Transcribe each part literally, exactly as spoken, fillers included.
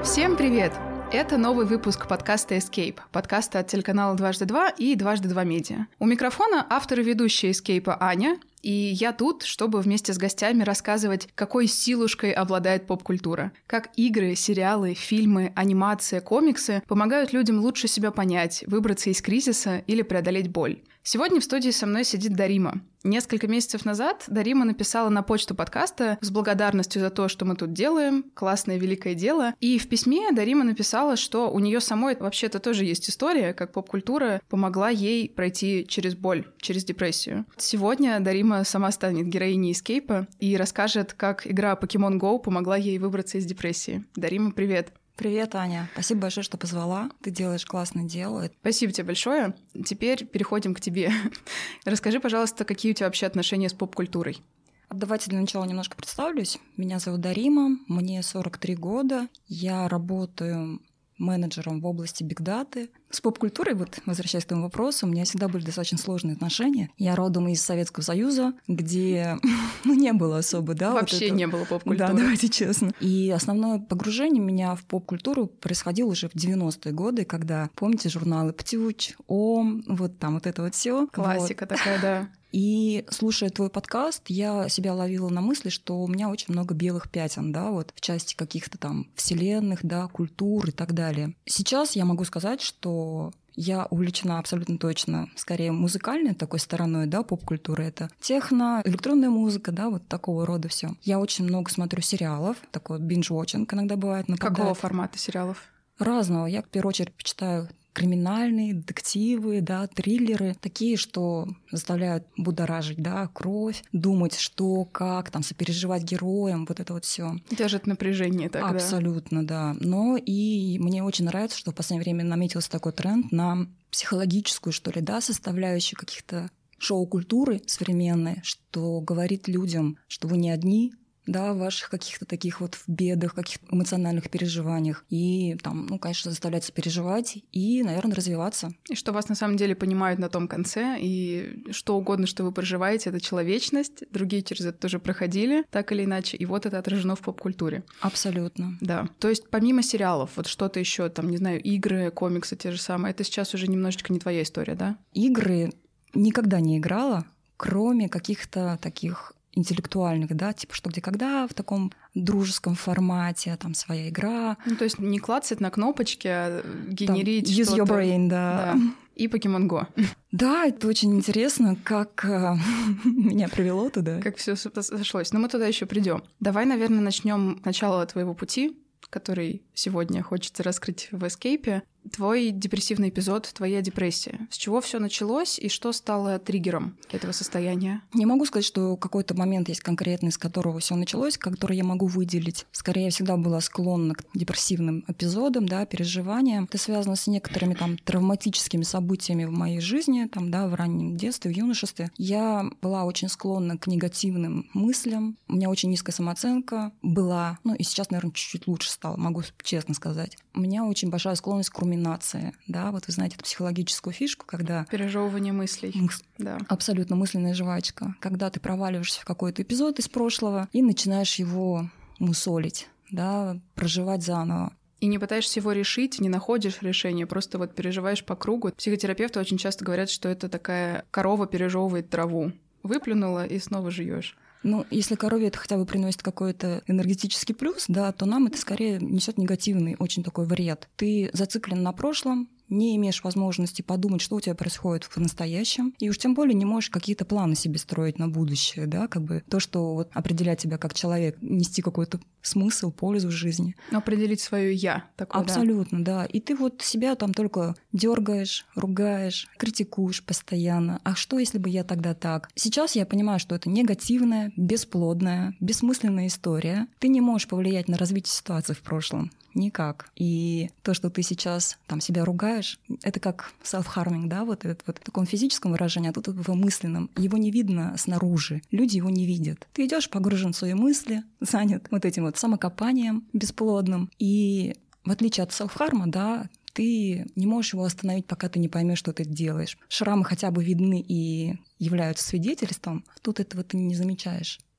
Всем привет! Это новый выпуск подкаста Escape, подкаста от телеканала «Дважды два» и «Дважды два Медиа». У микрофона автор и ведущая Escape Аня, и я тут, чтобы вместе с гостями рассказывать, какой силушкой обладает поп-культура, как игры, сериалы, фильмы, анимация, комиксы помогают людям лучше себя понять, выбраться из кризиса или преодолеть боль. Сегодня в студии со мной сидит Дарима. Несколько месяцев назад Дарима написала на почту подкаста с благодарностью за то, что мы тут делаем, классное великое дело. И в письме Дарима написала, что у нее самой вообще-то тоже есть история, как поп-культура помогла ей пройти через боль, через депрессию. Сегодня Дарима сама станет героиней Эскейпа и расскажет, как игра Pokemon Go помогла ей выбраться из депрессии. Дарима, привет! Привет, Аня. Спасибо большое, что позвала. Ты делаешь классное дело. Спасибо тебе большое. Теперь переходим к тебе. Расскажи, пожалуйста, какие у тебя вообще отношения с поп-культурой? Давайте для начала немножко представлюсь. Меня зовут Дарима, мне сорок три года. Я работаю менеджером в области бигдаты. С поп-культурой, вот возвращаясь к твоему вопросу, у меня всегда были достаточно сложные отношения. Я родом из Советского Союза, где ну, не было особо, да? Вообще вот не было поп-культуры. Да, давайте честно. И основное погружение меня в поп-культуру происходило уже в девяностые годы, когда, помните, журналы «Птюч», «Ом», вот там вот это вот все. Классика вот. Такая, да. И, слушая твой подкаст, я себя ловила на мысли, что у меня очень много белых пятен, да, вот в части каких-то там вселенных, да, культур и так далее. Сейчас я могу сказать, что я увлечена абсолютно точно, скорее, музыкальной такой стороной, да, поп-культуры. Это техно, электронная музыка, да, вот такого рода все. Я очень много смотрю сериалов, такой binge-watching иногда бывает. Нападает. Какого формата сериалов? Разного. Я, в первую очередь, почитаю криминальные, детективы, да, триллеры, такие, что заставляют будоражить, да, кровь, думать, что, как, там, сопереживать героям, вот это вот все. Держит напряжение тогда. Абсолютно, да. Но и мне очень нравится, что в последнее время наметился такой тренд на психологическую, что ли, да, составляющую каких-то шоу-культуры современной, что говорит людям, что вы не одни, да, в ваших каких-то таких вот бедах, каких-то эмоциональных переживаниях. И там, ну, конечно, заставляется переживать и, наверное, развиваться. И что вас на самом деле понимают на том конце, и что угодно, что вы проживаете, это человечность. Другие через это тоже проходили, так или иначе. И вот это отражено в поп-культуре. Абсолютно. Да. То есть помимо сериалов, вот что-то еще, там, не знаю, игры, комиксы те же самые, это сейчас уже немножечко не твоя история, да? Игры никогда не играла, кроме каких-то таких интеллектуальных, да, типа что где когда в таком дружеском формате, там своя игра. Ну, то есть не клацать на кнопочки, а генерить там, use что-то. Your brain, да. да. И Pokemon Go. Да, это очень интересно, как э, меня привело туда. Как все сошлось. Но мы туда еще придем. Давай, наверное, начнем с начала твоего пути, который сегодня хочется раскрыть в Эскейпе. Твой депрессивный эпизод, твоя депрессия. С чего все началось и что стало триггером этого состояния? Не могу сказать, что какой-то момент есть конкретный, с которого все началось, который я могу выделить. Скорее, я всегда была склонна к депрессивным эпизодам, да, переживаниям. Это связано с некоторыми там травматическими событиями в моей жизни, там, да, в раннем детстве, в юношестве. Я была очень склонна к негативным мыслям. У меня очень низкая самооценка была. Ну и сейчас, наверное, чуть-чуть лучше стало, могу честно сказать. У меня очень большая склонность к руминации. Да, вот вы знаете эту психологическую фишку, когда... Пережевывание мыслей. Мыс... Да. Абсолютно мысленная жвачка. Когда ты проваливаешься в какой-то эпизод из прошлого и начинаешь его мусолить, да, проживать заново. И не пытаешься его решить, не находишь решения, просто вот переживаешь по кругу. Психотерапевты очень часто говорят, что это такая корова пережевывает траву. Выплюнула и снова жуешь. Ну, если корове это хотя бы приносит какой-то энергетический плюс, да, то нам это скорее несет негативный очень такой вред. Ты зациклен на прошлом, не имеешь возможности подумать, что у тебя происходит в настоящем, и уж тем более не можешь какие-то планы себе строить на будущее, да, как бы то, что вот определяет тебя как человек, нести какой-то смысл, пользу в жизни. Определить свое «я» такое, абсолютно, да. да. И ты вот себя там только дергаешь, ругаешь, критикуешь постоянно. А что, если бы я тогда так? Сейчас я понимаю, что это негативная, бесплодная, бессмысленная история. Ты не можешь повлиять на развитие ситуации в прошлом. Никак. И то, что ты сейчас там себя ругаешь, это как self-harming, да, вот это вот в таком физическом выражении, а тут в мысленном. Его не видно снаружи, люди его не видят. Ты идешь погружен в свои мысли, занят вот этим вот самокопанием бесплодным. И в отличие от self-harm, да, ты не можешь его остановить, пока ты не поймешь, что ты делаешь. Шрамы хотя бы видны и являются свидетельством, тут этого ты не замечаешь.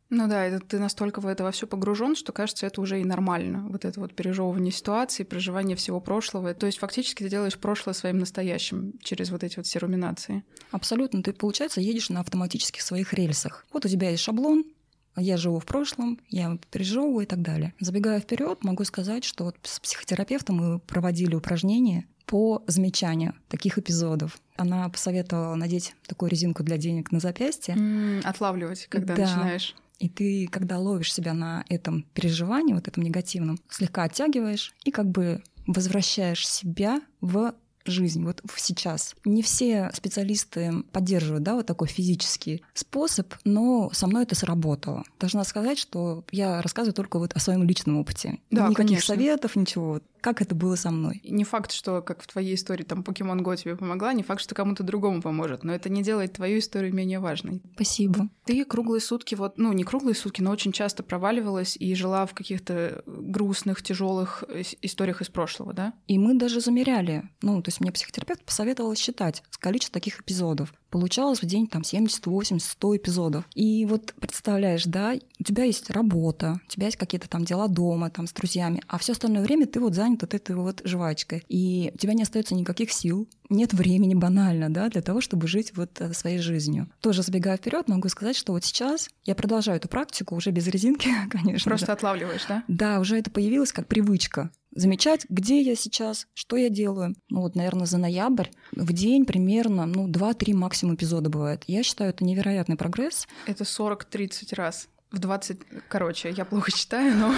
Ну да, это ты настолько в это во все погружен, что кажется, это уже и нормально. Вот это вот пережевывание ситуации, проживание всего прошлого. То есть фактически ты делаешь прошлое своим настоящим через вот эти вот все руминации. Абсолютно. Ты, получается, едешь на автоматических своих рельсах. Вот у тебя есть шаблон, я живу в прошлом, я пережевываю и так далее. Забегая вперед, могу сказать, что вот с психотерапевтом мы проводили упражнения по замечанию таких эпизодов. Она посоветовала надеть такую резинку для денег на запястье. Mm, отлавливать, когда да. начинаешь. И ты, когда ловишь себя на этом переживании, вот этом негативном, слегка оттягиваешь и как бы возвращаешь себя в жизнь, вот в сейчас. Не все специалисты поддерживают, да, вот такой физический способ, но со мной это сработало. Должна сказать, что я рассказываю только вот о своем личном опыте. Да, Никаких конечно. советов, ничего. Как это было со мной. Не факт, что, как в твоей истории, там, Pokemon Go тебе помогла, не факт, что кому-то другому поможет, но это не делает твою историю менее важной. Спасибо. Ты круглые сутки, вот, ну, не круглые сутки, но очень часто проваливалась и жила в каких-то грустных, тяжелых историях из прошлого, да? И мы даже замеряли. Ну, то есть мне психотерапевт посоветовал считать количество таких эпизодов. Получалось в день там семьдесят, восемьдесят, сто эпизодов. И вот представляешь, да, у тебя есть работа, у тебя есть какие-то там дела дома, там с друзьями, а все остальное время ты вот занят вот этой вот жвачкой. И у тебя не остается никаких сил, нет времени банально, да, для того, чтобы жить вот своей жизнью. Тоже забегая вперед, могу сказать, что вот сейчас я продолжаю эту практику уже без резинки, конечно. Просто да. отлавливаешь, да? Да, уже это появилось как привычка. Замечать, где я сейчас, что я делаю. Ну вот, наверное, за ноябрь в день примерно ну, два-три максимум эпизода бывает. Я считаю, это невероятный прогресс. Это сорок-тридцать раз. В двадцать, короче, я плохо читаю, но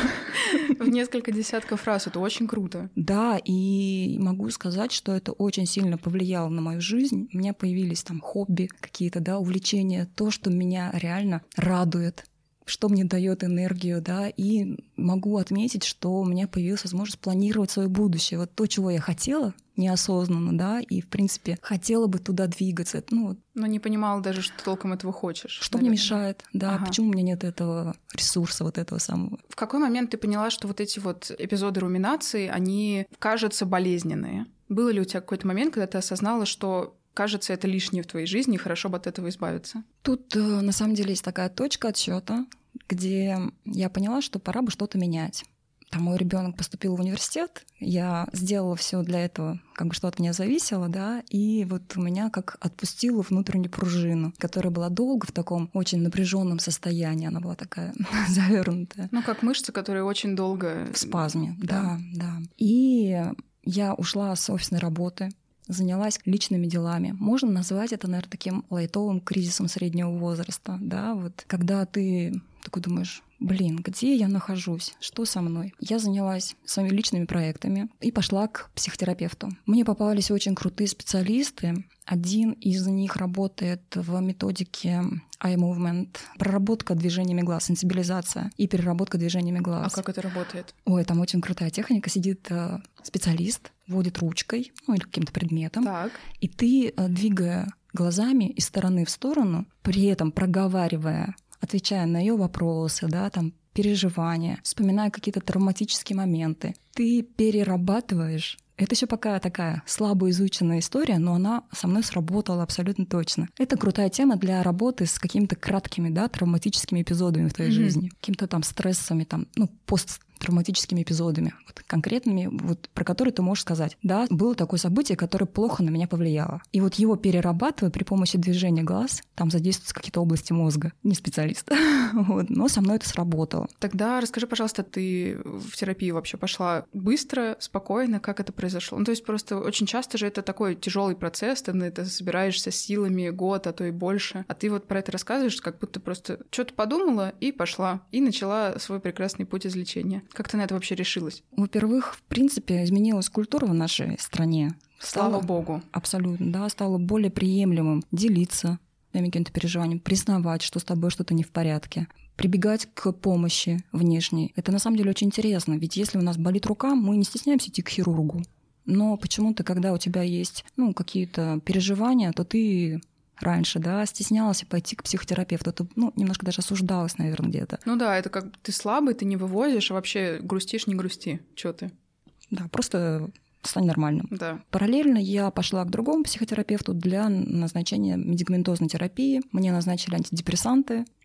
в несколько десятков раз. Это очень круто. Да, и могу сказать, что это очень сильно повлияло на мою жизнь. У меня появились там хобби какие-то, да, увлечения, то, что меня реально радует, что мне дает энергию, да, и могу отметить, что у меня появилась возможность планировать свое будущее. Вот то, чего я хотела неосознанно, да, и, в принципе, хотела бы туда двигаться. Ну, но не понимала даже, что толком этого хочешь. Что наверное. Мне мешает, да, ага. Почему у меня нет этого ресурса, вот этого самого. В какой момент ты поняла, что вот эти вот эпизоды руминации, они, кажутся, болезненные? Было ли у тебя какой-то момент, когда ты осознала, что кажется, это лишнее в твоей жизни, и хорошо бы от этого избавиться? Тут на самом деле есть такая точка отсчета, где я поняла, что пора бы что-то менять. Там мой ребенок поступил в университет, я сделала все для этого, как бы что от меня зависело, да, и вот у меня как отпустила внутреннюю пружину, которая была долго в таком очень напряженном состоянии, она была такая завернутая. Ну, как мышцы, которые очень долго... В спазме, да, да. да. И я ушла с офисной работы, занялась личными делами. Можно назвать это, наверное, таким лайтовым кризисом среднего возраста, да, вот когда ты такой думаешь, блин, где я нахожусь, что со мной? Я занялась своими личными проектами и пошла к психотерапевту. Мне попались очень крутые специалисты. Один из них работает в методике eye movement, проработка движениями глаз, сенсибилизация и переработка движениями глаз. А как это работает? Ой, там очень крутая техника. Сидит специалист, водит ручкой, ну или каким-то предметом, так. И ты, двигая глазами из стороны в сторону, при этом проговаривая, отвечая на ее вопросы, да, там, переживания, вспоминая какие-то травматические моменты, ты перерабатываешь. Это еще пока такая слабо изученная история, но она со мной сработала абсолютно точно. Это крутая тема для работы с какими-то краткими, да, травматическими эпизодами в твоей mm-hmm. жизни, какими-то там стрессами, там, ну, пост травматическими эпизодами, вот, конкретными, вот, про которые ты можешь сказать, да, было такое событие, которое плохо на меня повлияло. И вот его перерабатывая при помощи движения глаз, там задействуются какие-то области мозга. Не специалист. Вот, но со мной это сработало. Тогда расскажи, пожалуйста, ты в терапию вообще пошла быстро, спокойно, как это произошло? Ну, то есть просто очень часто же это такой тяжелый процесс, ты на это собираешься силами год, а то и больше. А ты вот про это рассказываешь, как будто просто что-то подумала и пошла, и начала свой прекрасный путь излечения. Как ты на это вообще решилась? Во-первых, в принципе, изменилась культура в нашей стране. Слава стало, богу. Абсолютно, да, стало более приемлемым делиться своими какими-то переживаниями, признавать, что с тобой что-то не в порядке, прибегать к помощи внешней. Это на самом деле очень интересно, ведь если у нас болит рука, мы не стесняемся идти к хирургу. Но почему-то, когда у тебя есть ну, какие-то переживания, то ты раньше, да, стеснялась пойти к психотерапевту. Ты, ну, немножко даже осуждалась, наверное, где-то. Ну да, это как ты слабый, ты не вывозишь, а вообще грустишь, не грусти. Чё ты? Да, просто стань нормальным. Да. Параллельно я пошла к другому психотерапевту для назначения медикаментозной терапии. Мне назначили антидепрессанты.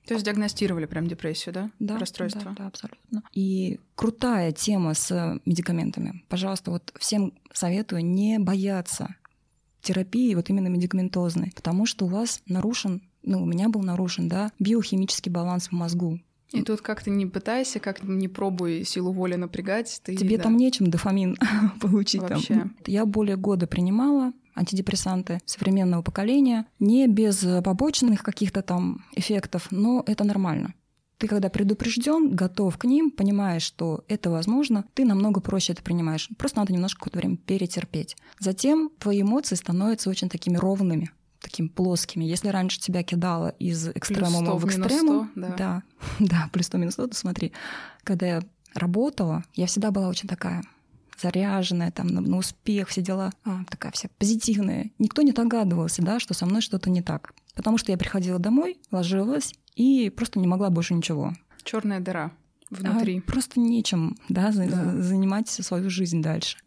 То есть диагностировали прям депрессию, да? Да, расстройство. Да, да, абсолютно. И крутая тема с медикаментами. Пожалуйста, вот всем советую не бояться терапии вот именно медикаментозной, потому что у вас нарушен, ну, у меня был нарушен, да, биохимический баланс в мозгу. И тут как ты не пытайся, как не пробуй силу воли напрягать. Ты, Тебе да. там нечем дофамин получить. Вообще. Там. Я более года принимала антидепрессанты современного поколения, не без побочных каких-то там эффектов, но это нормально. Ты когда предупрежден, готов к ним, понимаешь, что это возможно, ты намного проще это принимаешь. Просто надо немножко какое-то время перетерпеть. Затем твои эмоции становятся очень такими ровными, такими плоскими. Если раньше тебя кидало из экстремума в экстремум, да. да, да, плюс сто, минус сто, то смотри, когда я работала, я всегда была очень такая заряженная, там, на, на успех, все дела, а, такая вся позитивная. Никто не догадывался, да, что со мной что-то не так. Потому что я приходила домой, ложилась и просто не могла больше ничего. Черная дыра внутри. А просто нечем, да, за, да. занимать свою жизнь дальше.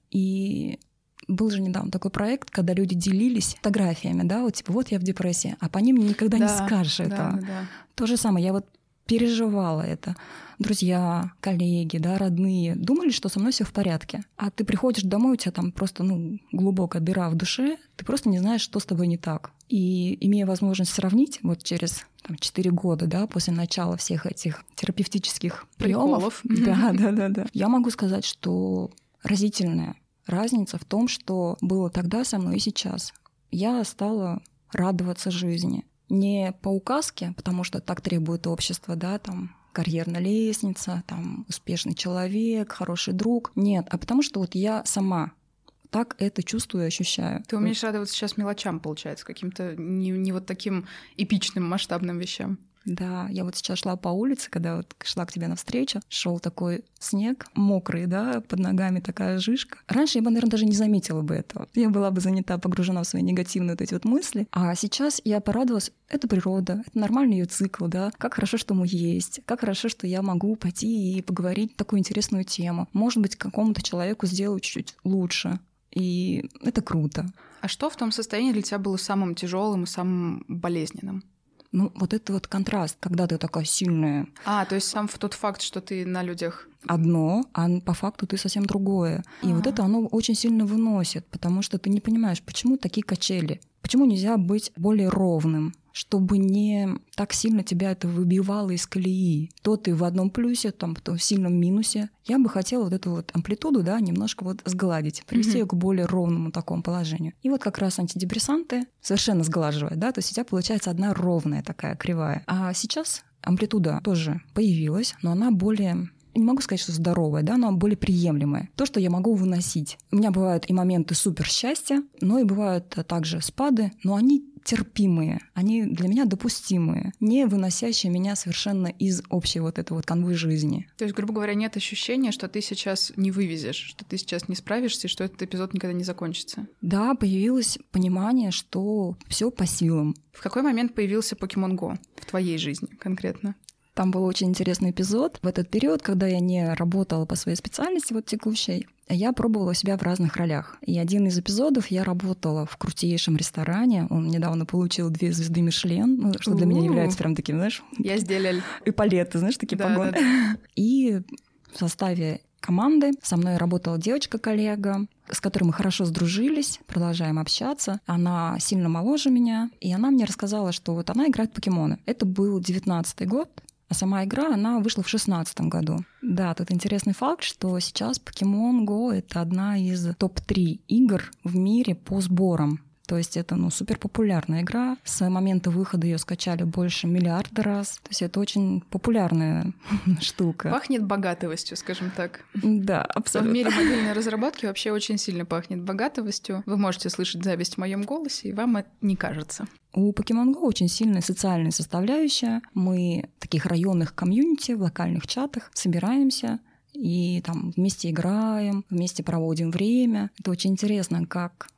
И был же недавно такой проект, когда люди делились фотографиями, да, вот типа вот я в депрессии, а по ним никогда да, не скажешь да, этого. Да, да. То же самое, я вот переживала это. Друзья, коллеги, да, родные думали, что со мной все в порядке. А ты приходишь домой, у тебя там просто ну, глубокая дыра в душе, ты просто не знаешь, что с тобой не так. И имея возможность сравнить вот через там, четыре года, да, после начала всех этих терапевтических приемов, да, да, да, да, я могу сказать, что разительная разница в том, что было тогда со мной и сейчас. Я стала радоваться жизни. Не по указке, потому что так требует общество, да, там карьерная лестница, там успешный человек, хороший друг. Нет, а потому что вот я сама так это чувствую и ощущаю. Ты умеешь радоваться сейчас мелочам, получается, каким-то не, не вот таким эпичным масштабным вещам. Да, я вот сейчас шла по улице, когда вот шла к тебе навстречу, шел такой снег мокрый, да, под ногами такая жижка. Раньше я бы, наверное, даже не заметила бы этого. Я была бы занята, погружена в свои негативные вот эти вот мысли. А сейчас я порадовалась, это природа, это нормальный ее цикл, да. Как хорошо, что мы есть, как хорошо, что я могу пойти и поговорить такую интересную тему. Может быть, какому-то человеку сделать чуть-чуть лучше. И это круто. А что в том состоянии для тебя было самым тяжелым и самым болезненным? Ну, вот это вот контраст, когда ты такая сильная. А, то есть сам тот факт, что ты на людях... Одно, а по факту ты совсем другое. И А-а-а. вот это оно очень сильно выносит, потому что ты не понимаешь, почему такие качели. Почему нельзя быть более ровным, чтобы не так сильно тебя это выбивало из колеи. То ты в одном плюсе, там, то в сильном минусе. Я бы хотела вот эту вот амплитуду, да, немножко вот сгладить, привести mm-hmm. ее к более ровному такому положению. И вот как раз антидепрессанты совершенно сглаживают, да, то есть у тебя получается одна ровная такая кривая. А сейчас амплитуда тоже появилась, но она более... Не могу сказать, что здоровая, да, но более приемлемая. То, что я могу выносить. У меня бывают и моменты супер счастья, но и бывают также спады, но они терпимые, они для меня допустимые, не выносящие меня совершенно из общей вот этой вот канвы жизни. То есть, грубо говоря, нет ощущения, что ты сейчас не вывезешь, что ты сейчас не справишься, и что этот эпизод никогда не закончится? Да, появилось понимание, что все по силам. В какой момент появился Pokemon Go в твоей жизни конкретно? Там был очень интересный эпизод. В этот период, когда я не работала по своей специальности, вот текущей, я пробовала себя в разных ролях. И один из эпизодов я работала в крутейшем ресторане. Он недавно получил две звезды Мишлен, ну, что для меня является прям таким, знаешь... Я сделали. Эполеты, знаешь, такие да, погоны. Да, да. И в составе команды со мной работала девочка-коллега, с которой мы хорошо сдружились, продолжаем общаться. Она сильно моложе меня, и она мне рассказала, что вот она играет в покемоны. Это был девятнадцатый год. А сама игра, она вышла в шестнадцатом году. Да, тут интересный факт, что сейчас Pokemon Go — это одна из топ три игр в мире по сборам. То есть это, ну, супер популярная игра. С момента выхода ее скачали больше миллиарда раз. То есть это очень популярная штука. Пахнет богатовостью, скажем так. Да, абсолютно. В мире мобильной разработки вообще очень сильно пахнет богатовостью. Вы можете слышать зависть в моем голосе, и вам это не кажется. У Pokemon Go очень сильная социальная составляющая. Мы в таких районных комьюнити, в локальных чатах собираемся и там вместе играем, вместе проводим время. Это очень интересно, как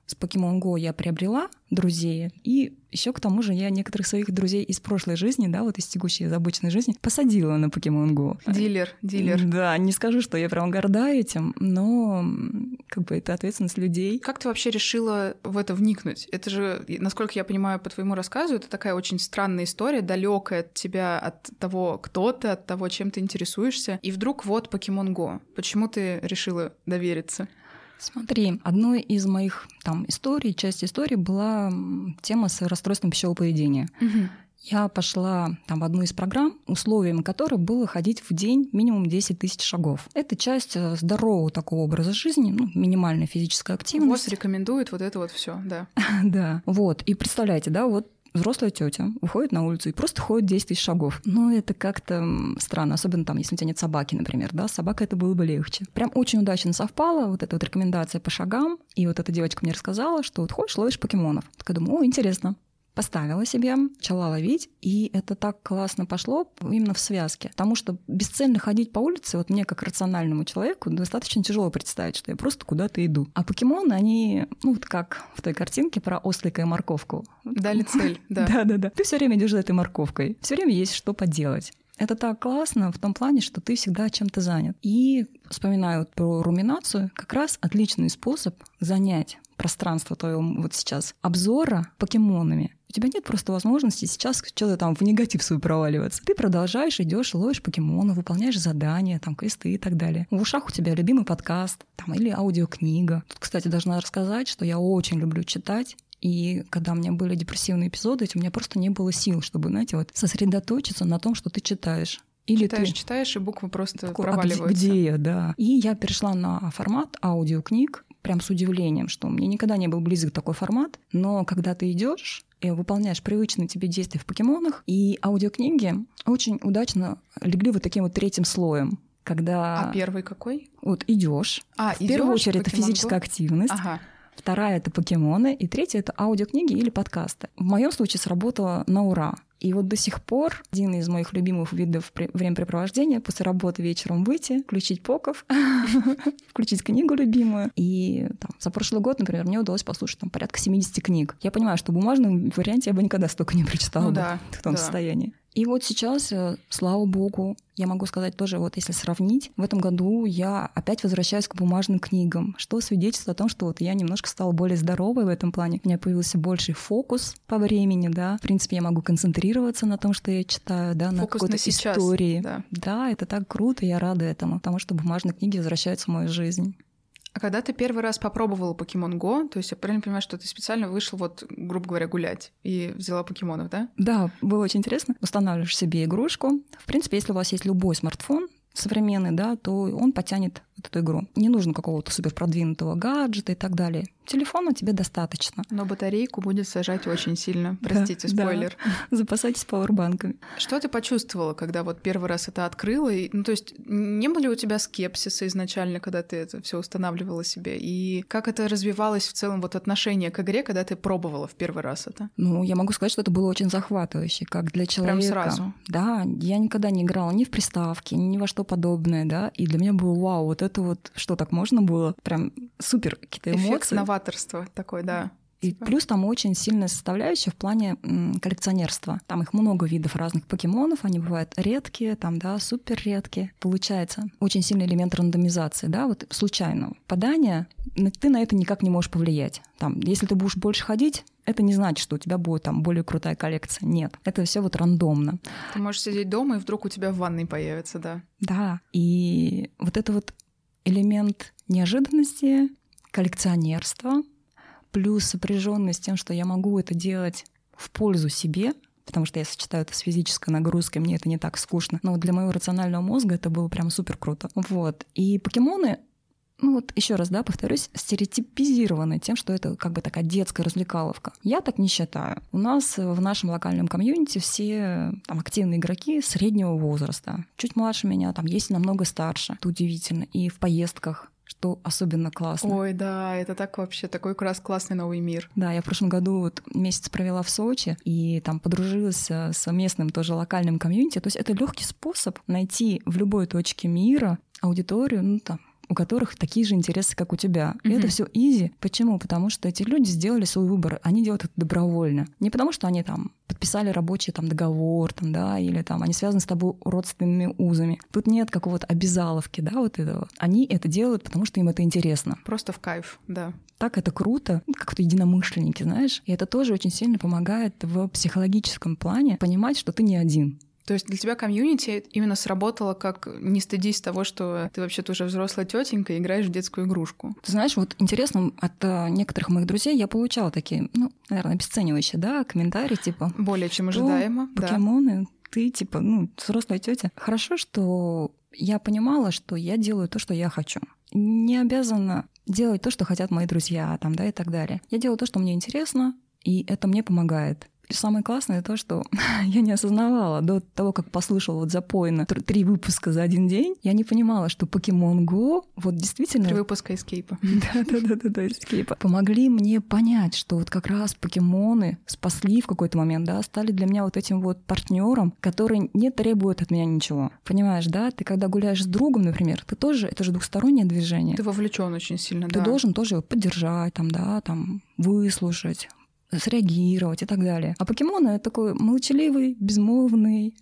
с Pokemon Go я приобрела друзей, и еще к тому же я некоторых своих друзей из прошлой жизни, да, вот из текущей, из обычной жизни, посадила на Pokemon Go. Дилер, дилер. Да, не скажу, что я прям горда этим, но как бы это ответственность людей. Как ты вообще решила в это вникнуть? Это же, насколько я понимаю по твоему рассказу, это такая очень странная история, далекая от тебя, от того, кто ты, от того, чем ты интересуешься. И вдруг вот Pokemon Go. Почему ты решила довериться? Смотри, одной из моих там историй, часть истории была тема с расстройством пищевого поведения. Угу. Я пошла там в одну из программ, условием которой было ходить в день минимум десять тысяч шагов. Это часть здорового такого образа жизни, ну, минимальная физическая активность. ВОЗ рекомендует вот это вот все, да. Да, вот. И представляете, да, вот взрослая тетя выходит на улицу и просто ходит десять тысяч шагов. Ну, это как-то странно, особенно там, если у тебя нет собаки, например, да, с собакой это было бы легче. Прям очень удачно совпало вот эта вот рекомендация по шагам, и вот эта девочка мне рассказала, что вот ходишь, ловишь покемонов. Так я думаю, о, интересно. Поставила себе, начала ловить, и это так классно пошло именно в связке. Потому что бесцельно ходить по улице, вот мне как рациональному человеку достаточно тяжело представить, что я просто куда-то иду. А покемоны, они, ну вот как в той картинке про ослика и морковку. Дали цель, да. Да-да-да. Ты все время идешь за этой морковкой, все время есть что поделать. Это так классно в том плане, что ты всегда чем-то занят. И вспоминаю про руминацию, как раз отличный способ занять пространство твоего вот сейчас обзора покемонами. У тебя нет просто возможности сейчас что-то там в негатив свой проваливаться. Ты продолжаешь, идешь, ловишь покемонов, выполняешь задания, там, квесты и так далее. В ушах у тебя любимый подкаст там, или аудиокнига. Тут, кстати, должна рассказать, что я очень люблю читать. И когда у меня были депрессивные эпизоды, у меня просто не было сил, чтобы, знаете, вот сосредоточиться на том, что ты читаешь. Или читаешь, ты читаешь, и буквы просто такой, проваливаются. А где, где я, да. И я перешла на формат аудиокниг, прям с удивлением, что мне никогда не был близок такой формат, но когда ты идешь и выполняешь привычные тебе действия в покемонах, и аудиокниги очень удачно легли вот таким вот третьим слоем. Когда... А первый какой? Вот идешь. А, в первую очередь это физическая активность. Ага. Вторая — это покемоны, и третья — это аудиокниги или подкасты. В моем случае сработало на ура. И вот до сих пор один из моих любимых видов времяпрепровождения — после работы вечером выйти, включить поков, включить книгу любимую. И там, за прошлый год, например, мне удалось послушать там, порядка семьдесят книг. Я понимаю, что в бумажном варианте я бы никогда столько не прочитала ну, бы да, в том да. состоянии. И вот сейчас, слава богу, я могу сказать тоже, вот если сравнить, в этом году я опять возвращаюсь к бумажным книгам, что свидетельствует о том, что вот я немножко стала более здоровой в этом плане. У меня появился больший фокус по времени, да. В принципе, я могу концентрироваться на том, что я читаю, да, на фокус какой-то на сейчас, истории. Да. да, это так круто, я рада этому, потому что бумажные книги возвращаются в мою жизнь. А когда ты первый раз попробовала Pokemon Go, то есть я правильно понимаю, что ты специально вышла, вот, грубо говоря, гулять и взяла покемонов, да? Да, было очень интересно. Устанавливаешь себе игрушку. В принципе, если у вас есть любой смартфон современный, да, то он потянет вот эту игру. Не нужно какого-то супер продвинутого гаджета и так далее. Телефона тебе достаточно. Но батарейку будет сажать очень сильно. Простите, да, спойлер. Да. Запасайтесь пауэрбанками. Что ты почувствовала, когда вот первый раз это открыла? И, ну, то есть не было ли у тебя скепсиса изначально, когда ты это все устанавливала себе? И как это развивалось в целом вот отношение к игре, когда ты пробовала в первый раз это? Ну, я могу сказать, что это было очень захватывающе, как для человека. Прям сразу? Да, я никогда не играла ни в приставки, ни во что подобное, да, и для меня было вау, вот это вот, что так можно было? Прям супер какие-то эмоции. Эффект новаторства такой, да. И плюс там очень сильная составляющая в плане м, коллекционерства. Там их много видов разных покемонов, они бывают редкие, там, да, супер редкие. Получается очень сильный элемент рандомизации, да, вот случайного попадания, ты на это никак не можешь повлиять. Там, если ты будешь больше ходить, это не значит, что у тебя будет там более крутая коллекция. Нет, это все вот рандомно. Ты можешь сидеть дома, и вдруг у тебя в ванной появится, да. Да, и вот это вот элемент неожиданности, коллекционерства, плюс сопряженность с тем, что я могу это делать в пользу себе, потому что я сочетаю это с физической нагрузкой, мне это не так скучно. Но вот для моего рационального мозга это было прям супер круто. Вот. И покемоны, ну вот еще раз, да, повторюсь, стереотипизированы тем, что это как бы такая детская развлекаловка. Я так не считаю. У нас в нашем локальном комьюнити все там активные игроки среднего возраста. Чуть младше меня, там есть намного старше. Это удивительно. И в поездках, что особенно классно. Ой, да, это так вообще, такой как раз классный новый мир. Да, я в прошлом году вот месяц провела в Сочи и там подружилась с местным тоже локальным комьюнити. То есть это легкий способ найти в любой точке мира аудиторию, ну там, у которых такие же интересы, как у тебя. И Мгм. это все изи. Почему? Потому что эти люди сделали свой выбор, они делают это добровольно. Не потому, что они там подписали рабочий там договор, там, да, или там они связаны с тобой родственными узами. Тут нет какого-то обязаловки, да, вот этого. Они это делают, потому что им это интересно. Просто в кайф, да. Так это круто, как-то единомышленники, знаешь. И это тоже очень сильно помогает в психологическом плане понимать, что ты не один. То есть для тебя комьюнити именно сработало как не стыдись того, что ты вообще-то уже взрослая тетенька и играешь в детскую игрушку. Ты знаешь, вот интересно, от а, некоторых моих друзей я получала такие, ну, наверное, обесценивающие, да, комментарии, типа... Более чем ожидаемо, да. Покемоны, ты, типа, ну, взрослая тетя. Хорошо, что я понимала, что я делаю то, что я хочу. Не обязана делать то, что хотят мои друзья, там, да, и так далее. Я делаю то, что мне интересно, и это мне помогает. И самое классное то, что я не осознавала до того, как послушала вот запойно три выпуска за один день, я не понимала, что Pokemon Go вот действительно... Три выпуска Эскейпа. Да-да-да, Эскейпа. Помогли мне понять, что вот как раз покемоны спасли в какой-то момент, да, стали для меня вот этим вот партнером, который не требует от меня ничего. Понимаешь, да? Ты когда гуляешь с другом, например, ты тоже, это же двухстороннее движение. Ты вовлечен очень сильно, да. Ты должен тоже его поддержать, там, да, там, выслушать, среагировать и так далее. А покемоны — это такой молчаливый, безмолвный,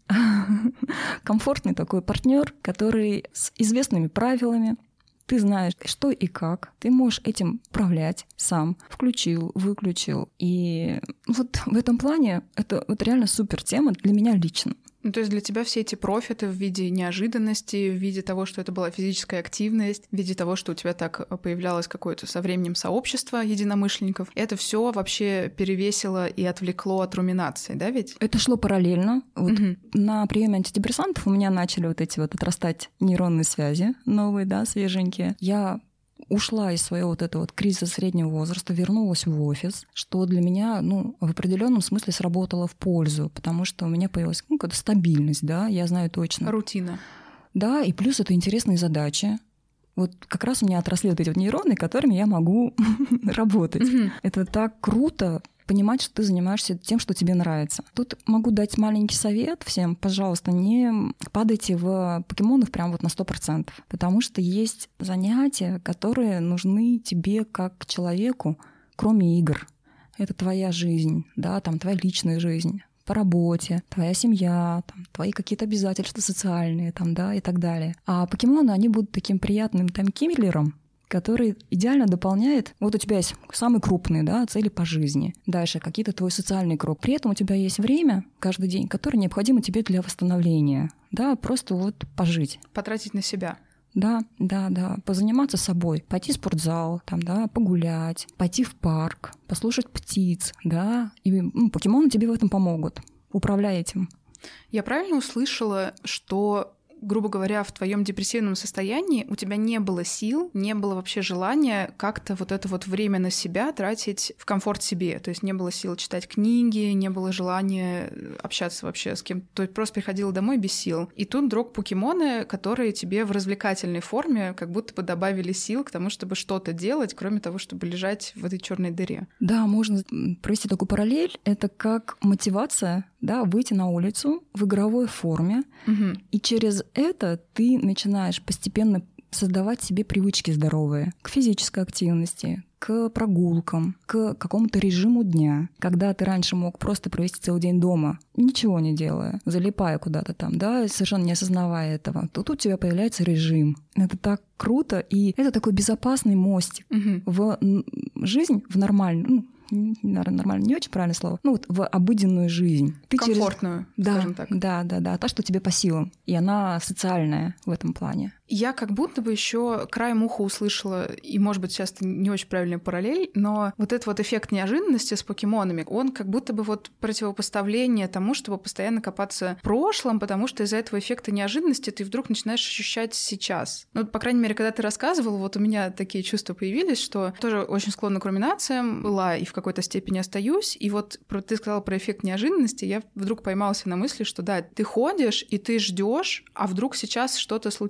комфортный такой партнер, который с известными правилами. Ты знаешь, что и как. Ты можешь этим управлять сам. Включил, выключил. И вот в этом плане это вот реально супер тема для меня лично. Ну, то есть для тебя все эти профиты в виде неожиданности, в виде того, что это была физическая активность, в виде того, что у тебя так появлялось какое-то со временем сообщество единомышленников, это все вообще перевесило и отвлекло от руминации, да ведь? Это шло параллельно. Вот Мгм. на приеме антидепрессантов у меня начали вот эти вот отрастать нейронные связи новые, да, свеженькие. Я ушла из своего вот этого вот кризиса среднего возраста, вернулась в офис, что для меня, ну, в определенном смысле сработало в пользу, потому что у меня появилась, ну, какая-то стабильность, да, я знаю точно. Рутина. Да, и плюс это интересные задачи. Вот как раз у меня отросли вот эти вот нейроны, которыми я могу работать. Мгм. Это так круто понимать, что ты занимаешься тем, что тебе нравится. Тут могу дать маленький совет всем. Пожалуйста, не падайте в покемонов прям вот на сто процентов. Потому что есть занятия, которые нужны тебе как человеку, кроме игр. Это твоя жизнь, да, там твоя личная жизнь. По работе, твоя семья, там, твои какие-то обязательства социальные, там, да, и так далее. А покемоны, они будут таким приятным таймкиллером, который идеально дополняет... Вот у тебя есть самые крупные, да, цели по жизни. Дальше какие-то твой социальный круг. При этом у тебя есть время каждый день, которое необходимо тебе для восстановления. Да, просто вот пожить. Потратить на себя. Да, да, да. Позаниматься собой. Пойти в спортзал, там, да, погулять, пойти в парк, послушать птиц, да. И ну, покемоны тебе в этом помогут. Управляй этим. Я правильно услышала, что, грубо говоря, в твоем депрессивном состоянии у тебя не было сил, не было вообще желания как-то вот это вот время на себя тратить в комфорт себе. То есть не было сил читать книги, не было желания общаться вообще с кем-то. То есть просто приходила домой без сил. И тут вдруг покемоны, которые тебе в развлекательной форме как будто бы добавили сил к тому, чтобы что-то делать, кроме того, чтобы лежать в этой черной дыре. Да, можно провести такую параллель. Это как мотивация, да, выйти на улицу в игровой форме, Угу. и через это ты начинаешь постепенно создавать себе привычки здоровые к физической активности, к прогулкам, к какому-то режиму дня. Когда ты раньше мог просто провести целый день дома, ничего не делая, залипая куда-то там, да, совершенно не осознавая этого, то тут у тебя появляется режим. Это так круто, и это такой безопасный мостик Угу. в н- жизнь, в нормальную, ну, наверное, нормально, не очень правильное слово, ну вот в обыденную жизнь. Ты через- Комфортную, Да, скажем так. да, да, да, та, что тебе по силам, и она социальная в этом плане. Я как будто бы еще краем уха услышала, и, может быть, сейчас это не очень правильная параллель, но вот этот вот эффект неожиданности с покемонами, он как будто бы вот противопоставление тому, чтобы постоянно копаться в прошлом, потому что из-за этого эффекта неожиданности ты вдруг начинаешь ощущать сейчас. Ну, по крайней мере, когда ты рассказывал, вот у меня такие чувства появились, что тоже очень склонна к руминациям была и в какой-то степени остаюсь. И вот про- ты сказала про эффект неожиданности, я вдруг поймался на мысли, что да, ты ходишь и ты ждешь, а вдруг сейчас что-то случится. И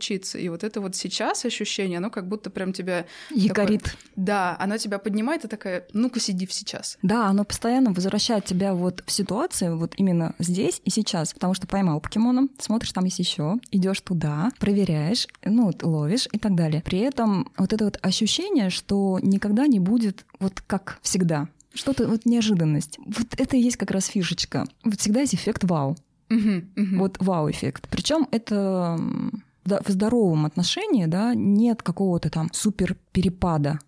И вот это вот сейчас ощущение, оно как будто прям тебя... Якорит. Такое, да, оно тебя поднимает и такая, ну-ка сиди в сейчас. Да, оно постоянно возвращает тебя вот в ситуацию, вот именно здесь и сейчас. Потому что поймал покемона, смотришь, там есть еще, идешь туда, проверяешь, ну, ловишь и так далее. При этом вот это вот ощущение, что никогда не будет вот как всегда. Что-то вот неожиданность. Вот это и есть как раз фишечка. Вот всегда есть эффект вау. Uh-huh, uh-huh. Вот вау-эффект. Причем это в здоровом отношении, да, нет какого-то там супер перепада.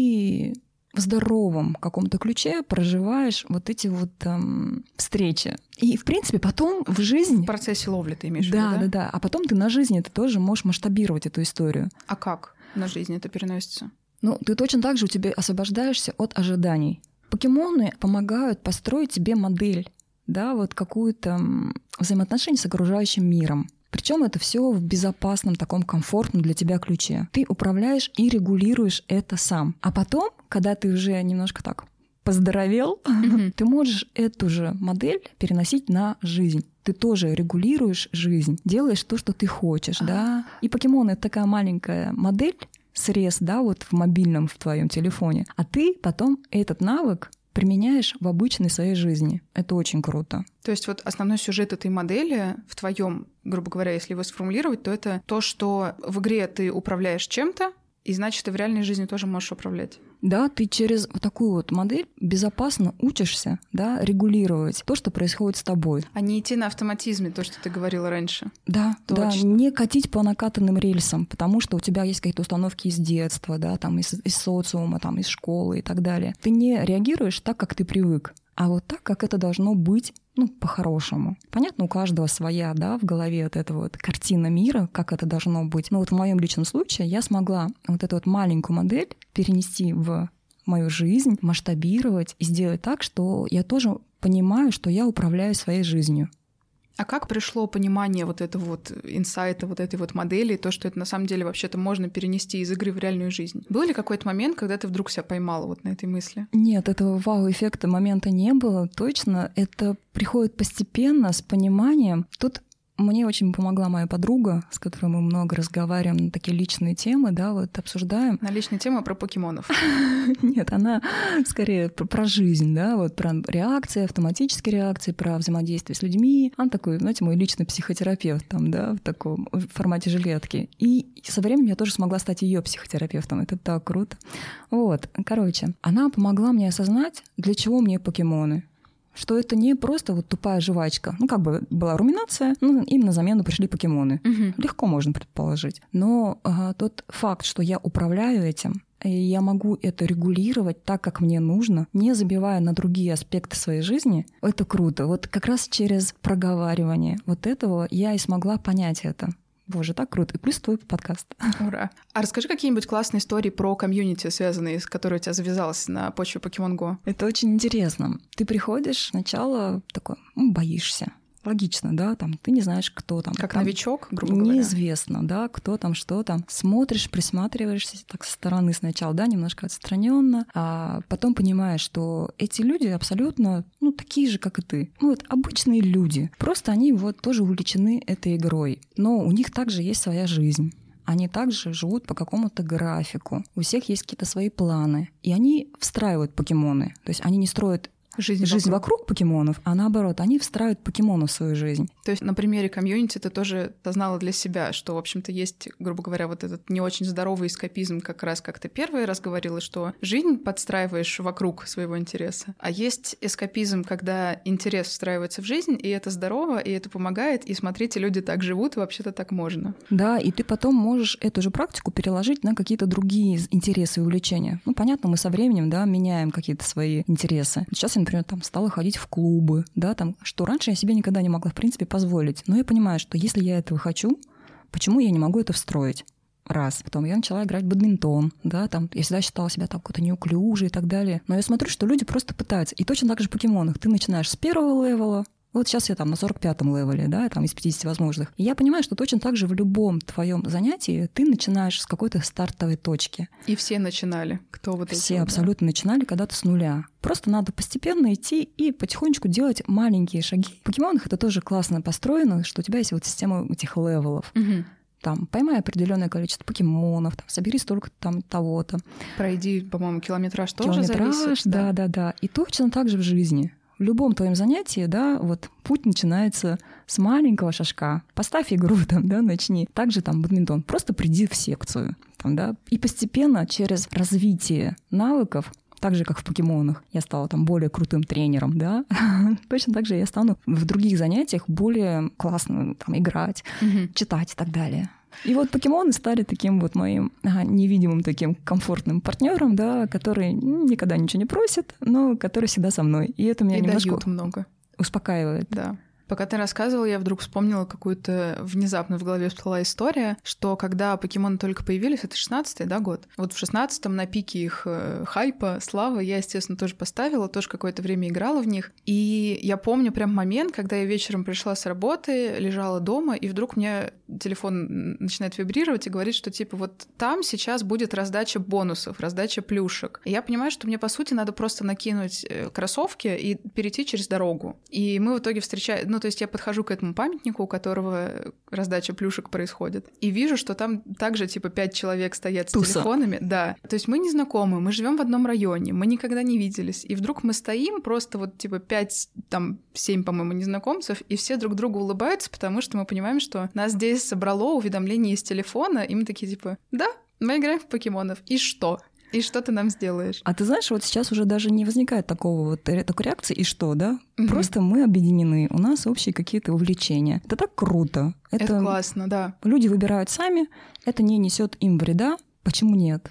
Ты в здоровом каком-то ключе проживаешь вот эти вот эм, встречи. И, в принципе, потом в жизнь... В процессе ловли ты имеешь в да, виду, да? Да, да, да. А потом ты на жизни ты тоже можешь масштабировать эту историю. А как на жизнь это переносится? Ну, ты точно так же у тебя освобождаешься от ожиданий. Покемоны помогают построить тебе модель, да, вот какую-то взаимоотношение с окружающим миром. Причем это все в безопасном, таком комфортном для тебя ключе. Ты управляешь и регулируешь это сам. А потом, когда ты уже немножко так поздоровел, mm-hmm. ты можешь эту же модель переносить на жизнь. Ты тоже регулируешь жизнь, делаешь то, что ты хочешь, ah. да. И покемоны — это такая маленькая модель, срез, да, вот в мобильном, в твоем телефоне. А ты потом этот навык применяешь в обычной своей жизни. Это очень круто. То есть вот основной сюжет этой модели в твоем, грубо говоря, если его сформулировать, то это то, что в игре ты управляешь чем-то, и значит, ты в реальной жизни тоже можешь управлять. Да, ты через вот такую вот модель безопасно учишься, да, регулировать то, что происходит с тобой. А не идти на автоматизме, то, что ты говорила раньше. Да, точно. Да, не катить по накатанным рельсам, потому что у тебя есть какие-то установки из детства, да, там из, из социума, там из школы и так далее. Ты не реагируешь так, как ты привык, а вот так, как это должно быть, ну, по-хорошему. Понятно, у каждого своя, да, в голове вот эта вот картина мира, как это должно быть. Но вот в моем личном случае я смогла вот эту вот маленькую модель перенести в мою жизнь, масштабировать и сделать так, что я тоже понимаю, что я управляю своей жизнью. А как пришло понимание вот этого вот инсайта, вот этой вот модели, то, что это на самом деле вообще-то можно перенести из игры в реальную жизнь? Был ли какой-то момент, когда ты вдруг себя поймала вот на этой мысли? Нет, этого вау-эффекта момента не было, точно. Это приходит постепенно, с пониманием. Тут мне очень помогла моя подруга, с которой мы много разговариваем на такие личные темы, да, вот обсуждаем. На личные темы про покемонов? Нет, она скорее про, про жизнь, да, вот про реакции, автоматические реакции, про взаимодействие с людьми. Она такой, знаете, мой личный психотерапевт там, да, в таком формате жилетки. И со временем я тоже смогла стать ее психотерапевтом. Это так круто. Вот, короче, она помогла мне осознать, для чего мне покемоны. Что это не просто вот тупая жвачка. Ну, как бы была руминация, ну, им на замену пришли покемоны. Угу. Легко можно предположить. Но ага, тот факт, что я управляю этим, и я могу это регулировать так, как мне нужно, не забивая на другие аспекты своей жизни, это круто. Вот как раз через проговаривание вот этого я и смогла понять это. Боже, так круто. И плюс твой подкаст. Ура. А расскажи какие-нибудь классные истории про комьюнити, связанные с которой у тебя завязалась на почве Pokemon Go. Это очень интересно. Ты приходишь, сначала такой, ну, боишься. Логично, да, там ты не знаешь, кто там. Как там новичок, грубо говоря. Неизвестно, да, кто там, что там. Смотришь, присматриваешься так со стороны сначала, да, немножко отстраненно, а потом понимаешь, что эти люди абсолютно, ну, такие же, как и ты. Ну, вот обычные люди. Просто они вот тоже увлечены этой игрой. Но у них также есть своя жизнь. Они также живут по какому-то графику. У всех есть какие-то свои планы. И они встраивают покемоны. То есть они не строят Жизнь, жизнь вокруг. вокруг покемонов, а наоборот, они встраивают покемонов в свою жизнь. То есть на примере комьюнити ты тоже познала для себя, что, в общем-то, есть, грубо говоря, вот этот не очень здоровый эскапизм, как раз как ты первый раз говорила, что жизнь подстраиваешь вокруг своего интереса, а есть эскапизм, когда интерес встраивается в жизнь, и это здорово, и это помогает, и смотрите, люди так живут, и вообще-то так можно. Да, и ты потом можешь эту же практику переложить на какие-то другие интересы и увлечения. Ну, понятно, мы со временем, да, меняем какие-то свои интересы. Сейчас я, например, там стала ходить в клубы, да, там, что раньше я себе никогда не могла, в принципе, позволить. Но я понимаю, что если я этого хочу, почему я не могу это встроить? Раз. Потом я начала играть в бадминтон, да, там, я всегда считала себя там какой-то неуклюжей и так далее. Но я смотрю, что люди просто пытаются. И точно так же в покемонах. Ты начинаешь с первого левела, вот сейчас я там на сорок пятом левеле, да, там из пятидесяти возможных. И я понимаю, что точно так же в любом твоем занятии ты начинаешь с какой-то стартовой точки. И все начинали. Кто вот эти? Все вот, абсолютно да? начинали когда-то с нуля. Просто надо постепенно идти и потихонечку делать маленькие шаги. В покемонах это тоже классно построено, что у тебя есть вот система этих левелов. Угу. там, поймай определенное количество покемонов, там, собери столько там того-то. Пройди, по-моему, километраж тоже Километраж, зависит. да, да, да. И точно так же в жизни. В любом твоем занятии, да, вот путь начинается с маленького шажка. Поставь игру там, да, начни. Также там бадминтон. Просто приди в секцию, там, да. И постепенно через развитие навыков, так же, как в покемонах, я стала там более крутым тренером, да, точно так же я стану в других занятиях более классно там играть, Мгм. читать и так далее. И вот покемоны стали таким вот моим ага, невидимым таким комфортным партнером, да, который никогда ничего не просит, но который всегда со мной. И это меня И немножко дают много. успокаивает. Да. Пока ты рассказывала, я вдруг вспомнила какую-то внезапно в голове всплыла история, что когда покемоны только появились, это шестнадцатый, да, год? Вот в шестнадцатом на пике их э, хайпа, славы, я, естественно, тоже поставила, тоже какое-то время играла в них. И я помню прям момент, когда я вечером пришла с работы, лежала дома, и вдруг мне телефон начинает вибрировать и говорит, что типа вот там сейчас будет раздача бонусов, раздача плюшек. И я понимаю, что мне, по сути, надо просто накинуть э, кроссовки и перейти через дорогу. И мы в итоге встречаем... Ну, то есть я подхожу к этому памятнику, у которого раздача плюшек происходит, и вижу, что там также типа пять человек стоят с Туса. телефонами. Да. То есть мы не знакомы, мы живем в одном районе, мы никогда не виделись. И вдруг мы стоим, просто вот типа пять, там, семь, по-моему, незнакомцев, и все друг другу улыбаются, потому что мы понимаем, что нас здесь собрало уведомление из телефона, и мы такие типа, да, мы играем в покемонов. И что? И что ты нам сделаешь? А ты знаешь, вот сейчас уже даже не возникает такого вот, ре- такой реакции, и что, да? Мгм. Просто мы объединены, у нас общие какие-то увлечения. Это так круто. Это, Это, классно, да. люди выбирают сами, это не несет им вреда. Почему нет?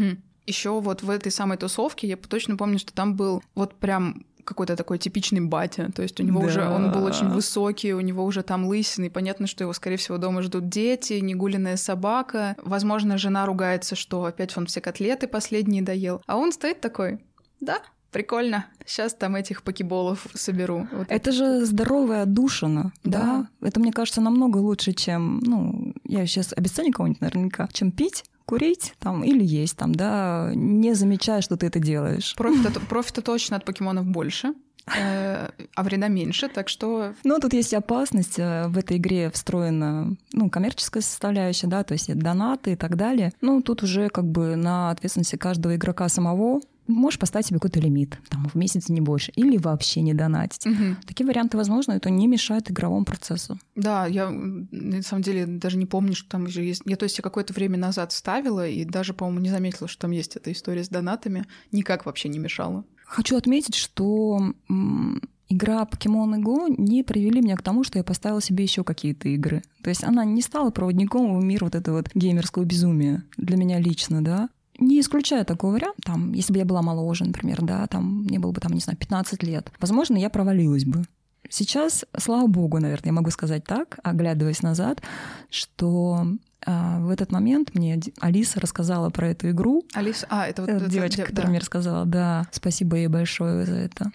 Еще вот в этой самой тусовке я точно помню, что там был вот прям какой-то такой типичный батя. То есть у него Да. уже, он был очень высокий, у него уже там лысина, и понятно, что его, скорее всего, дома ждут дети, негуленная собака. Возможно, жена ругается, что опять он все котлеты последние доел. А он стоит такой, да, прикольно, сейчас там этих покеболов соберу. Вот Это же здоровая отдушина, да. Да. Это, мне кажется, намного лучше, чем, ну, я сейчас обесценю кого-нибудь наверняка, чем пить, курить там или есть там, да, не замечая, что ты это делаешь. Профита, профита точно от покемонов больше, э, а вреда меньше, так что... Но тут есть опасность, э, в этой игре встроена, ну, коммерческая составляющая, да, то есть донаты и так далее. Ну, тут уже как бы на ответственности каждого игрока самого. Можешь поставить себе какой-то лимит, там, в месяц не больше, или вообще не донатить. Мгм. Такие варианты возможны, это не мешает игровому процессу. Да, я м, на самом деле даже не помню, что там уже есть. Я, то есть, я какое-то время назад ставила и даже, по-моему, не заметила, что там есть эта история с донатами. Никак вообще не мешала. Хочу отметить, что м, игра Pokemon Go не привели меня к тому, что я поставила себе еще какие-то игры. То есть она не стала проводником в мир вот этого вот геймерского безумия для меня лично, да. Не исключая такой вариант, там, если бы я была моложе, например, да, там, мне было бы, там, не знаю, пятнадцать лет, возможно, я провалилась бы. Сейчас, слава богу, наверное, я могу сказать так, оглядываясь назад, что а, в этот момент мне Ди- Алиса рассказала про эту игру. Алиса, а, это вот... Эта это- девочка, де- которая да. мне рассказала, да, спасибо ей большое за это.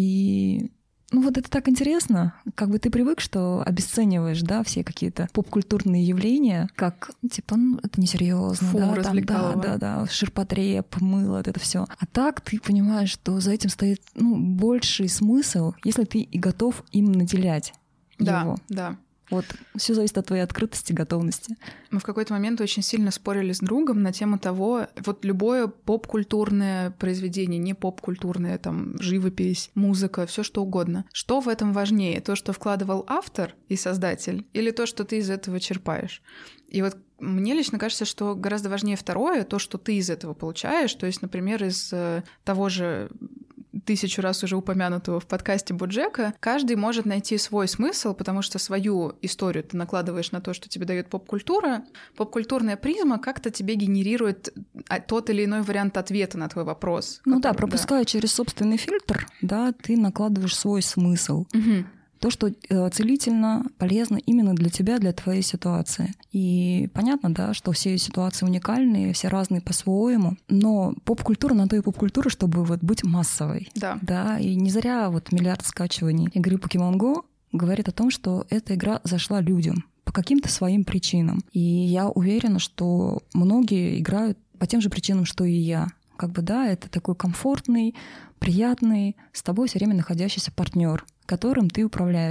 И ну вот это так интересно, как бы ты привык, что обесцениваешь, да, все какие-то поп-культурные явления, как, типа, ну, это несерьезно, Фу, да, там, да, развлекалово. да, да, ширпотреб, мыло, вот это все. А так ты понимаешь, что за этим стоит, ну, больший смысл, если ты и готов им наделять Да, его. да. Вот все зависит от твоей открытости, готовности. Мы в какой-то момент очень сильно спорили с другом на тему того, вот любое поп-культурное произведение, не поп-культурное, там, живопись, музыка, все что угодно. Что в этом важнее? То, что вкладывал автор и создатель, или то, что ты из этого черпаешь? И вот мне лично кажется, что гораздо важнее второе, то, что ты из этого получаешь. То есть, например, из э, того же тысячу раз уже упомянутого в подкасте Боджека, каждый может найти свой смысл, потому что свою историю ты накладываешь на то, что тебе дает поп-культура. Поп-культурная призма как-то тебе генерирует тот или иной вариант ответа на твой вопрос. Ну который- да, пропуская через собственный фильтр, да, ты накладываешь свой смысл. Мгм. То, что э, целительно, полезно именно для тебя, для твоей ситуации. И понятно, да, что все ситуации уникальные, все разные по-своему, но поп-культура на то и поп-культура, чтобы вот быть массовой. Да. Да, и не зря вот миллиард скачиваний игры Pokemon Go говорит о том, что эта игра зашла людям по каким-то своим причинам. И я уверена, что многие играют по тем же причинам, что и я. Как бы, да, это такой комфортный, приятный, с тобой все время находящийся партнер, которым ты управляешь.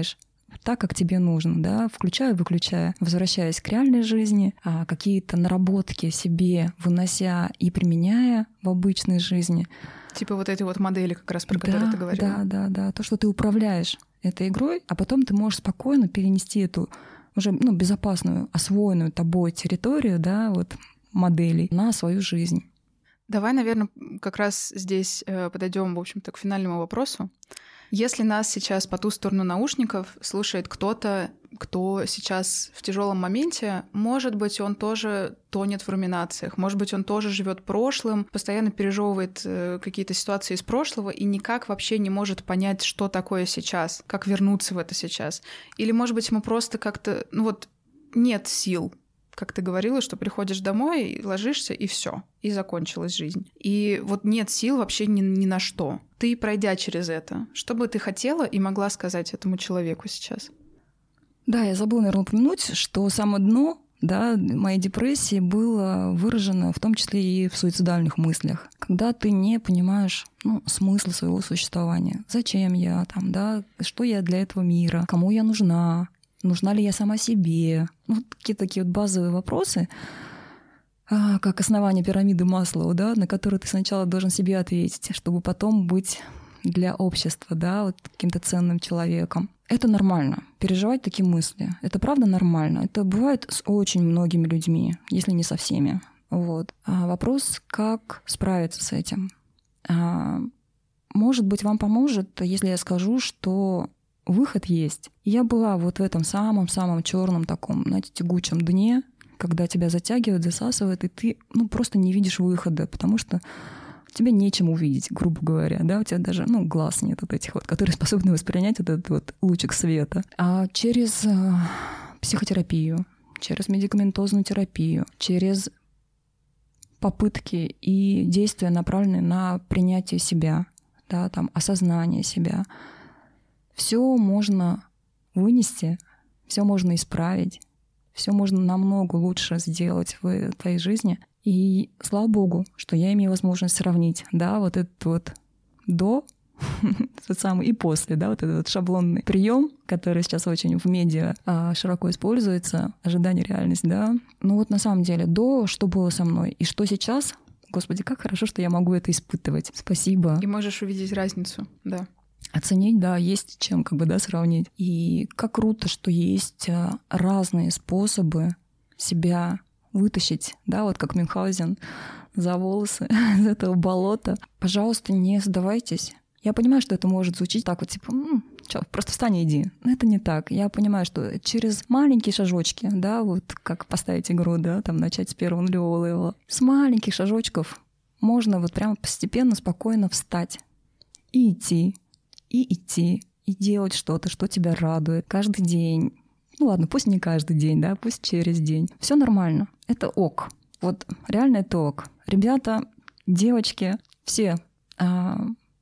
так, как тебе нужно, да, включая, выключая, возвращаясь к реальной жизни, а какие-то наработки себе вынося и применяя в обычной жизни. Типа вот эти вот модели, как раз про да, которые ты говорила. Да, да, да. То, что ты управляешь этой игрой, а потом ты можешь спокойно перенести эту уже ну, безопасную, освоенную тобой территорию, да, вот моделей на свою жизнь. Давай, наверное, как раз здесь э, подойдем, в общем-то, к финальному вопросу. Если нас сейчас по ту сторону наушников слушает кто-то, кто сейчас в тяжелом моменте, может быть, он тоже тонет в руминациях, может быть, он тоже живет прошлым, постоянно пережевывает э, какие-то ситуации из прошлого и никак вообще не может понять, что такое сейчас, как вернуться в это сейчас. Или, может быть, ему просто как-то, ну вот, нет сил. Как ты говорила, что приходишь домой, ложишься, и все, и закончилась жизнь. И вот нет сил вообще ни, ни на что. Ты, пройдя через это, что бы ты хотела и могла сказать этому человеку сейчас? Да, я забыла, наверное, упомянуть, что самое дно, да, моей депрессии было выражено в том числе и в суицидальных мыслях. Когда ты не понимаешь ну, смысл своего существования. Зачем я там, да, что я для этого мира, кому я нужна, нужна ли я сама себе? Ну, какие-то такие вот базовые вопросы, а, как основание пирамиды Маслоу, да, на которые ты сначала должен себе ответить, чтобы потом быть для общества, да, вот каким-то ценным человеком. Это нормально. Переживать такие мысли. Это правда нормально. Это бывает с очень многими людьми, если не со всеми. Вот. А вопрос, как справиться с этим. А, может быть, вам поможет, если я скажу, что выход есть. Я была вот в этом самом-самом черном таком, знаете, тягучем дне, когда тебя затягивает, засасывает, и ты ну, просто не видишь выхода, потому что тебе нечем увидеть, грубо говоря, да, у тебя даже, ну, глаз нет вот этих вот, которые способны воспринять вот этот вот лучик света. А через э, психотерапию, через медикаментозную терапию, через попытки и действия, направленные на принятие себя, да, там, осознание себя, все можно вынести, все можно исправить, все можно намного лучше сделать в твоей жизни. И слава богу, что я имею возможность сравнить, да, вот этот вот до, тот самый и после, да, вот этот вот шаблонный прием, который сейчас очень в медиа широко используется, ожидание, реальность, да. Ну вот на самом деле до, что было со мной и что сейчас, Господи, как хорошо, что я могу это испытывать. Спасибо. И можешь увидеть разницу, да. Оценить, да, есть чем как бы, да, сравнить. И как круто, что есть разные способы себя вытащить, да, вот как Мюнхгаузен, за волосы из этого болота. Пожалуйста, не сдавайтесь. Я понимаю, что это может звучить так вот, типа, м-м, чё, просто встань и иди. Но это не так. Я понимаю, что через маленькие шажочки, да, вот как поставить игру, да, там начать с первого нулевого левела, с маленьких шажочков можно вот прямо постепенно, спокойно встать и идти. И идти, и делать что-то, что тебя радует каждый день. Ну ладно, пусть не каждый день, да, пусть через день. Все нормально. Это ок. Вот реально это ок. Ребята, девочки, все а,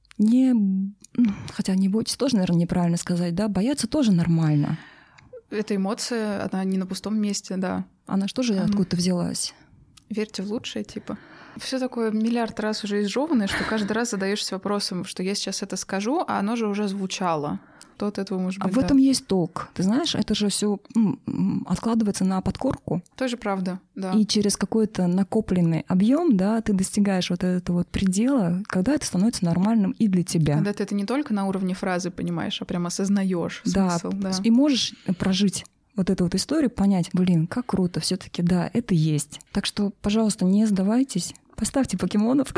не... Хотя не бойтесь, тоже, наверное, неправильно сказать, да, бояться тоже нормально. Эта эмоция, она не на пустом месте, да. Она что же um... откуда-то взялась? Верьте в лучшее, типа. Все такое миллиард раз уже изжеванное, что каждый раз задаешься вопросом, что я сейчас это скажу, а оно же уже звучало. То от этого может быть. А в да. этом есть толк. Ты знаешь, это же все откладывается на подкорку. Тоже правда, да. И через какой-то накопленный объем, да, ты достигаешь вот этого вот предела, когда это становится нормальным и для тебя. Когда ты это не только на уровне фразы понимаешь, а прям осознаешь смысл. Да, да. И можешь прожить вот эту вот историю, понять, блин, как круто, все-таки да, это есть. Так что, пожалуйста, не сдавайтесь. Поставьте покемонов.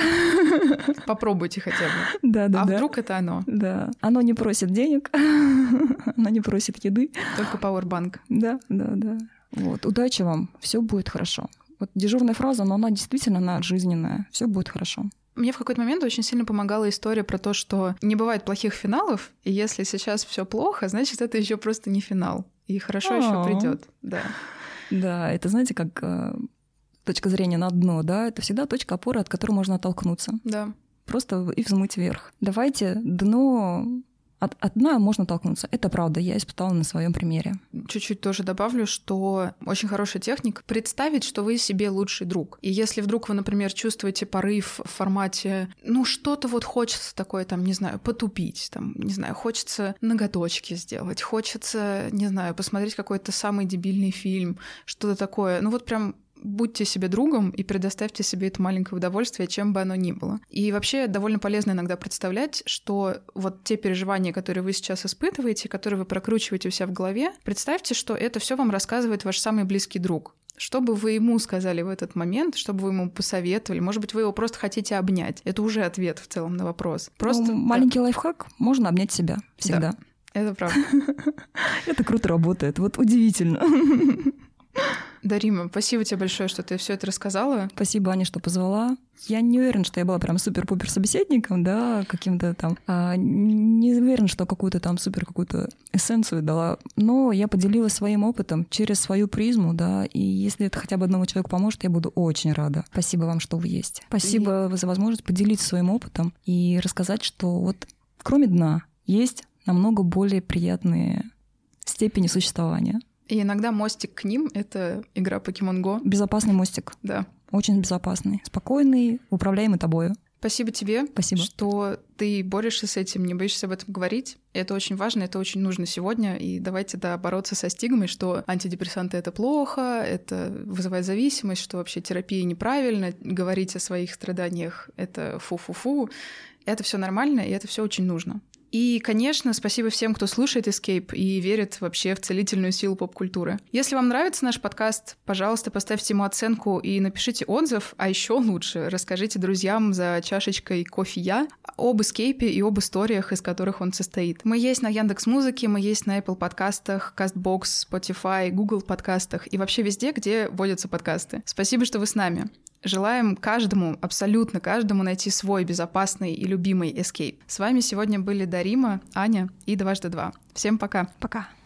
Попробуйте хотя бы. Да, да, а да. вдруг это оно? Да. Оно не просит денег, оно не просит еды. Только пауэрбанк. Да, да, да. Вот. Удачи вам, все будет хорошо. Вот дежурная фраза, но она действительно она жизненная. Все будет хорошо. Мне в какой-то момент очень сильно помогала история про то, что не бывает плохих финалов, и если сейчас все плохо, значит, это еще просто не финал. И хорошо еще придет. Да. Да, это знаете, как точка зрения на дно, да, это всегда точка опоры, от которой можно оттолкнуться. Да. Просто и взмыть вверх. Давайте дно От, от дна можно толкнуться. Это правда, я испытала на своем примере. Чуть-чуть тоже добавлю, что очень хорошая техника — представить, что вы себе лучший друг. И если вдруг вы, например, чувствуете порыв в формате, ну, что-то вот хочется такое, там, не знаю, потупить, там, не знаю, хочется ноготочки сделать, хочется, не знаю, посмотреть какой-то самый дебильный фильм, что-то такое. Ну, вот прям будьте себе другом и предоставьте себе это маленькое удовольствие, чем бы оно ни было. И вообще довольно полезно иногда представлять, что вот те переживания, которые вы сейчас испытываете, которые вы прокручиваете у себя в голове, представьте, что это все вам рассказывает ваш самый близкий друг. Что бы вы ему сказали в этот момент, что бы вы ему посоветовали? Может быть, вы его просто хотите обнять. Это уже ответ в целом на вопрос. Просто ну, маленький лайфхак — можно обнять себя всегда. Да, это правда. Это круто работает. Вот удивительно. Дарима, спасибо тебе большое, что ты все это рассказала. Спасибо, Аня, что позвала. Я не уверена, что я была прям супер-пупер собеседником, да, каким-то там. А, не уверена, что какую-то там супер какую-то эссенцию дала. Но я поделилась своим опытом через свою призму, да. И если это хотя бы одному человеку поможет, я буду очень рада. Спасибо вам, что вы есть. Спасибо и... за возможность поделиться своим опытом и рассказать, что вот кроме дна есть намного более приятные степени существования. И иногда мостик к ним — это игра Pokemon Go. Безопасный мостик. Да. Очень безопасный, спокойный, управляемый тобою. Спасибо тебе, Спасибо. Что ты борешься с этим, не боишься об этом говорить. Это очень важно, это очень нужно сегодня. И давайте, да, бороться со стигмой, что антидепрессанты — это плохо, это вызывает зависимость, что вообще терапия неправильно, говорить о своих страданиях — это фу-фу-фу. Это все нормально, и это все очень нужно. И, конечно, спасибо всем, кто слушает Escape и верит вообще в целительную силу поп-культуры. Если вам нравится наш подкаст, пожалуйста, поставьте ему оценку и напишите отзыв, а еще лучше расскажите друзьям за чашечкой кофея об Escape и об историях, из которых он состоит. Мы есть на Яндекс.Музыке, мы есть на Apple подкастах, CastBox, Spotify, Google подкастах и вообще везде, где водятся подкасты. Спасибо, что вы с нами. Желаем каждому, абсолютно каждому найти свой безопасный и любимый Escape. С вами сегодня были Дарима, Аня и дважды два. Всем пока. Пока.